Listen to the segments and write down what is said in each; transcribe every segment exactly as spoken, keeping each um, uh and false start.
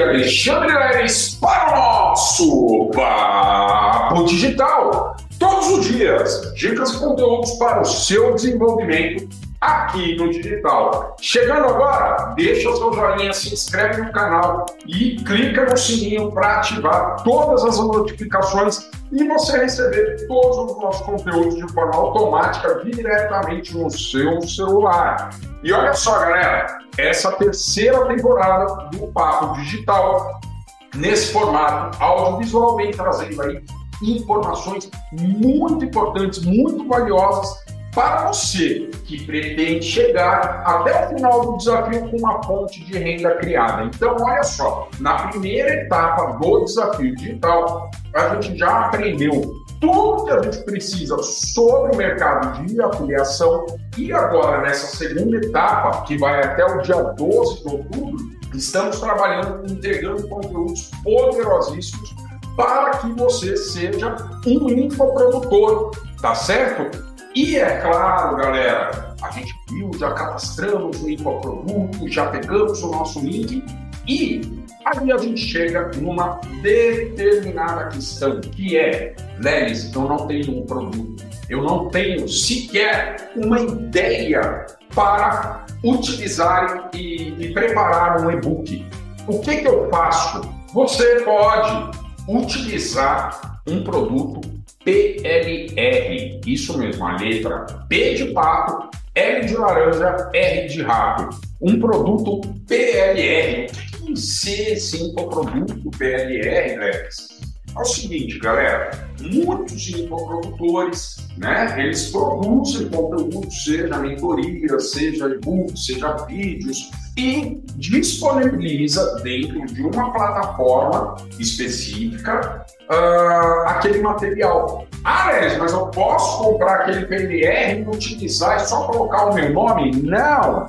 Alexandre Leles para o nosso Papo Digital. Todos os dias, dicas e conteúdos para o seu desenvolvimento aqui no digital. Chegando agora, deixa o seu joinha, se inscreve no canal e clica no sininho para ativar todas as notificações e você receber todos os nossos conteúdos de forma automática diretamente no seu celular. E olha só, galera, essa terceira temporada do Papo Digital, nesse formato audiovisual, vem trazendo aí informações muito importantes, muito valiosas para você que pretende chegar até o final do desafio com uma fonte de renda criada. Então, olha só, na primeira etapa do desafio digital, a gente já aprendeu tudo que a gente precisa sobre o mercado de afiliação e agora, nessa segunda etapa, que vai até o dia doze de outubro, estamos trabalhando, entregando conteúdos poderosíssimos para que você seja um infoprodutor, tá certo? E é claro, galera, a gente viu, já cadastramos o infoproduto, já pegamos o nosso link e aí a gente chega numa determinada questão, que é, Leles, eu não tenho um produto, eu não tenho sequer uma ideia para utilizar e, e preparar um e-book. O que, que eu faço? Você pode utilizar um produto P L R, isso mesmo, a letra P de pato, L de laranja, R de rato, um produto P L R. O que tem que ser esse infoproduto P L R, Leles? É o seguinte, galera, muitos infoprodutores, né, eles produzem conteúdo, seja mentoria, seja e-book, seja vídeos, e disponibiliza dentro de uma plataforma específica uh, aquele material. Ah, Leles, mas eu posso comprar aquele P L R e utilizar e só colocar o meu nome? Não,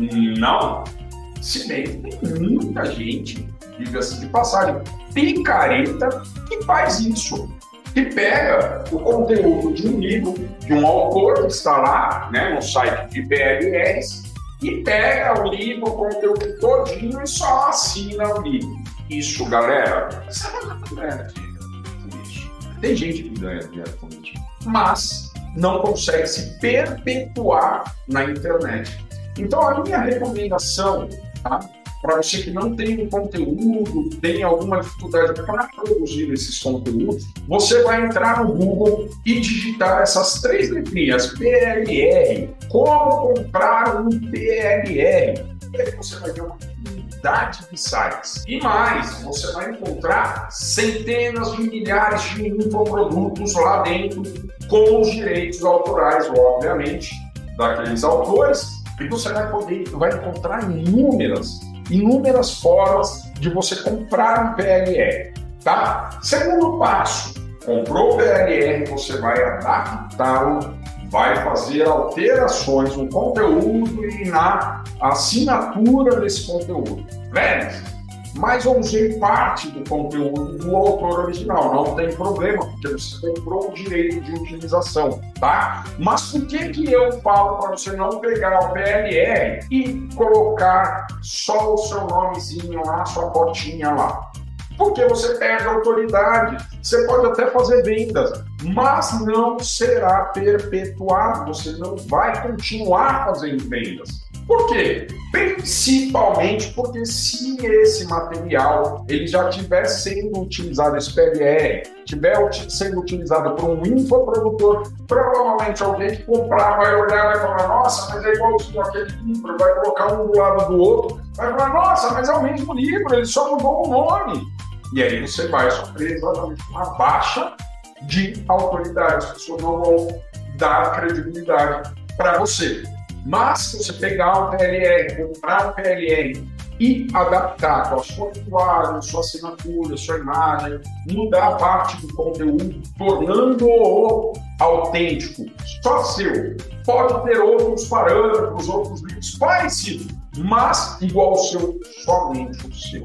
não. Se bem que tem muita gente, diga-se de passagem, picareta, que faz isso. Que pega o conteúdo de um livro, de um autor que está lá, né, no site de P L Rs, e pega o livro, o conteúdo todinho e só assina o livro. Isso, galera, você não ganha dinheiro com isso. Tem gente que ganha dinheiro com isso, mas não consegue se perpetuar na internet. Então, a minha recomendação, tá, para você que não tem um conteúdo, tem alguma dificuldade para produzir esses conteúdos, você vai entrar no Google e digitar essas três letrinhas, P L R, como comprar um P L R. E aí você vai ver uma infinidade de sites. E mais, você vai encontrar centenas de milhares de infoprodutos lá dentro, com os direitos autorais, obviamente, daqueles autores, e você vai poder, vai encontrar inúmeras inúmeras formas de você comprar um P L R, tá? Segundo passo, comprou o P L R, você vai adaptá-lo, vai fazer alterações no conteúdo e na assinatura desse conteúdo. Leles, mas eu usei parte do conteúdo do autor original, não tem problema, porque você comprou o direito de utilização, tá? Mas por que que eu falo para você não pegar o P L R e colocar só o seu nomezinho lá, sua fotinha lá? Porque você perde a autoridade, você pode até fazer vendas, mas não será perpetuado, você não vai continuar fazendo vendas. Por quê? Principalmente porque se esse material ele já estiver sendo utilizado, esse P L R, estiver sendo utilizado por um infoprodutor, provavelmente alguém que comprar vai olhar e vai falar, nossa, mas é igualzinho aquele livro, vai colocar um do lado do outro, vai falar, nossa, mas é o mesmo livro, ele só mudou o nome. E aí você vai sofrer exatamente uma baixa de autoridade, as pessoas não vão dar credibilidade para você. Mas se você pegar o P L R, comprar o P L R e adaptar com a sua usuário, sua assinatura, sua imagem, mudar parte do conteúdo, tornando-o autêntico, só seu. Pode ter outros parâmetros, outros livros parecidos, mas igual ao seu, somente o seu.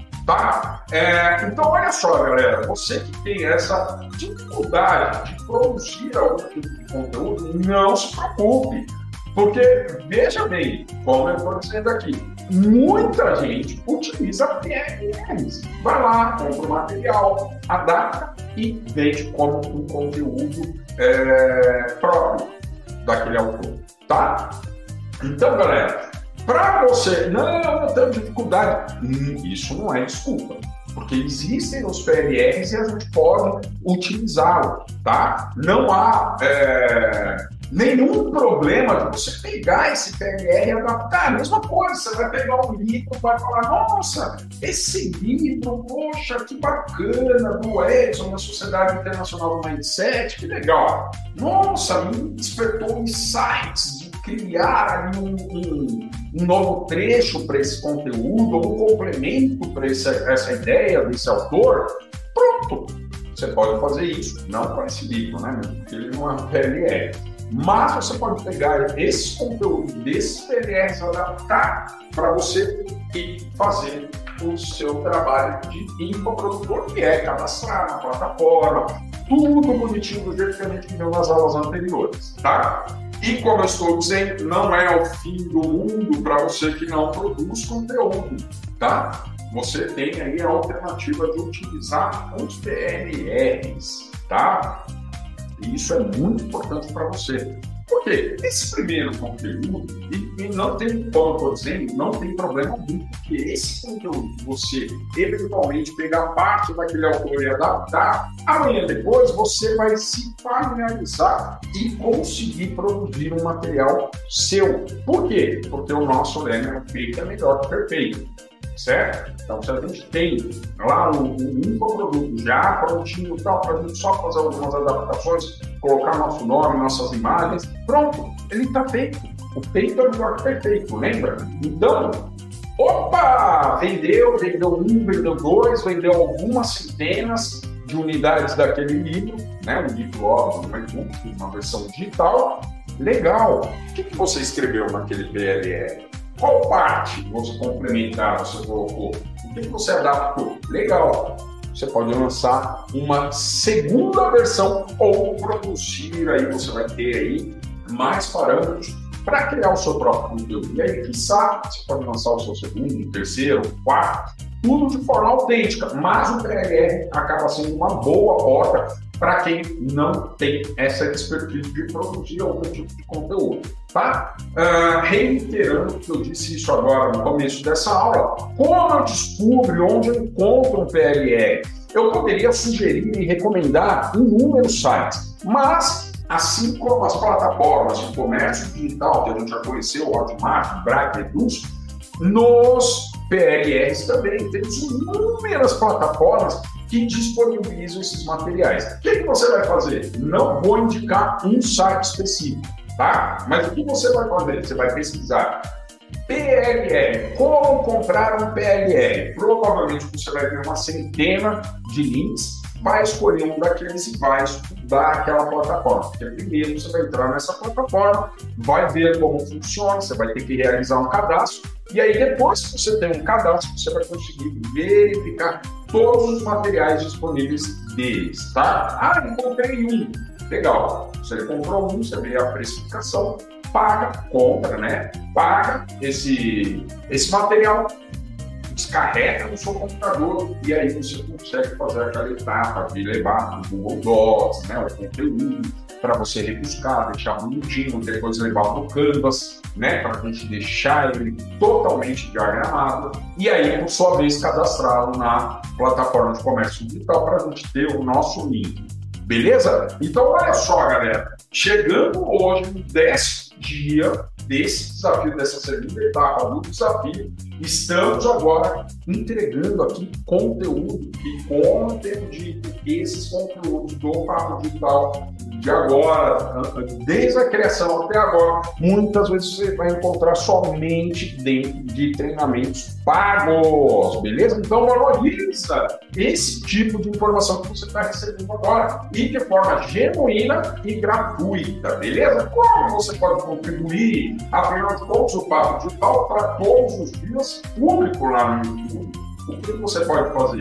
Tá? É, então, olha só, galera, você que tem essa dificuldade de produzir algum tipo de conteúdo, não se preocupe. Porque, veja bem, como eu estou dizendo aqui, muita gente utiliza P L Rs. Vai lá, compra o material, adapta e vende como um conteúdo é, próprio daquele autor, tá? Então, galera, para você, não, eu tenho dificuldade, hum, isso não é desculpa, porque existem os P L Rs e a gente pode utilizá-los, tá? Não há é, nenhum problema de você pegar esse P L R e adaptar. A mesma coisa, você vai pegar um livro e vai falar, nossa, esse livro, poxa, que bacana, do Edson, da Sociedade Internacional do Mindset, que legal. Nossa, me despertou insights de criar ali um, um, um novo trecho para esse conteúdo, ou um complemento para essa ideia desse autor. Pronto, você pode fazer isso, não com esse livro, né? Porque ele não é um P L R. Mas você pode pegar esse conteúdo desses P L Rs, adaptar para você e fazer o seu trabalho de infoprodutor, que é cadastrar na plataforma, tudo bonitinho do jeito que a gente viu nas aulas anteriores, tá? E como eu estou dizendo, não é o fim do mundo para você que não produz conteúdo, tá? Você tem aí a alternativa de utilizar os P L Rs, tá? E isso é muito importante para você. Porque esse primeiro conteúdo, e, e não tem, como eu estou dizendo, não tem problema algum, porque esse conteúdo que você eventualmente pegar parte daquele autor e adaptar, amanhã depois você vai se familiarizar e conseguir produzir um material seu. Por quê? Porque o nosso lema é feito é melhor que perfeito. Certo? Então, se a gente tem lá um, um infoproduto já prontinho, tal, para a gente só fazer algumas adaptações, colocar nosso nome, nossas imagens, pronto, ele está feito. O feito é melhor que perfeito, lembra? Então, opa! Vendeu, vendeu um, vendeu dois, vendeu algumas centenas de unidades daquele livro, né? Um livro, óbvio, uma versão digital. Legal! O que, que você escreveu naquele P L R? Qual parte você complementar, você colocou? O que você adaptou? Legal! Você pode lançar uma segunda versão ou produzir, aí você vai ter aí mais parâmetros para criar o seu próprio conteúdo. E aí, quiçá, você pode lançar o seu segundo, terceiro, quarto, tudo de forma autêntica, mas o P L R acaba sendo uma boa porta para quem não tem essa expertise de produzir algum tipo de conteúdo, tá? Uh, reiterando que eu disse isso agora no começo dessa aula, como eu descubro onde eu encontro um P L R? Eu poderia sugerir e recomendar inúmeros sites, mas assim como as plataformas de comércio digital, que a gente já conheceu, o Hotmart, Braille, Eduz, nos P L Rs também temos inúmeras plataformas que disponibilizam esses materiais. O que, que você vai fazer? Não vou indicar um site específico, tá? Mas o que você vai fazer? Você vai pesquisar P L R, como comprar um P L R. Provavelmente você vai ver uma centena de links, vai escolher um daqueles e vai estudar aquela plataforma. Porque primeiro você vai entrar nessa plataforma, vai ver como funciona, você vai ter que realizar um cadastro, e aí depois que você tem um cadastro, você vai conseguir verificar todos os materiais disponíveis deles, tá? Ah, encontrei um. Legal. Você comprou um, você vê a precificação, paga, compra, né? Paga esse, esse material, descarrega no seu computador e aí você consegue fazer aquela etapa de levar o Google Docs, né, o conteúdo, para você rebuscar, deixar bonitinho, depois levar para o Canvas, né, para a gente deixar ele totalmente diagramado e aí, por sua vez, cadastrá-lo na plataforma de comércio digital para a gente ter o nosso link. Beleza? Então, olha só, galera, chegando hoje no décimo dia desse desafio, dessa segunda etapa do desafio, estamos agora entregando aqui conteúdo que, como eu tenho dito, esses conteúdos do Papo Digital de agora, desde a criação até agora, muitas vezes você vai encontrar somente dentro de treinamentos pagos, beleza? Então valoriza esse tipo de informação que você está recebendo agora e de forma genuína e gratuita, beleza? Como você pode contribuir? Afinal de contas, o Papo Digital para todos os dias público lá no YouTube. O que você pode fazer?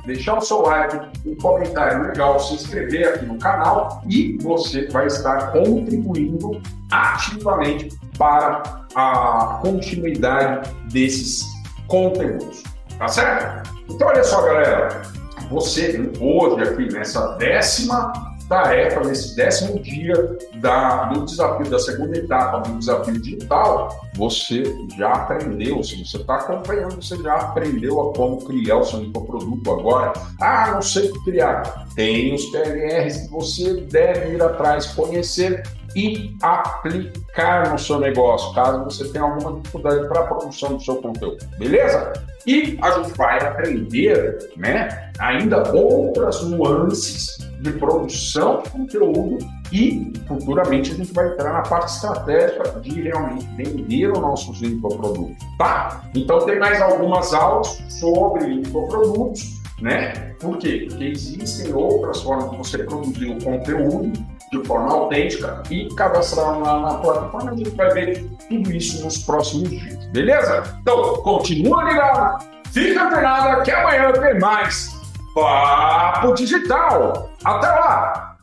deixar o seu like, um comentário legal, se inscrever aqui no canal e você vai estar contribuindo ativamente para a continuidade desses conteúdos, tá certo? Então olha só, galera, você hoje aqui nessa décima tarefa, nesse décimo dia da, do desafio, da segunda etapa do desafio digital, você já aprendeu, se você está acompanhando, você já aprendeu a como criar o seu infoproduto agora. Ah, não sei o que criar. Tem os P L Rs que você deve ir atrás, conhecer e aplicar no seu negócio, caso você tenha alguma dificuldade para a produção do seu conteúdo, beleza? E a gente vai aprender, né, ainda outras nuances de produção de conteúdo e futuramente a gente vai entrar na parte estratégica de realmente vender os nossos infoprodutos, tá? Então tem mais algumas aulas sobre infoprodutos, né? Por quê? Porque existem outras formas de você produzir o conteúdo de forma autêntica e cadastrar na, na plataforma. A gente vai ver tudo isso nos próximos dias, beleza? Então, continua ligado, fica antenado que amanhã tem mais Papo Digital. Até lá!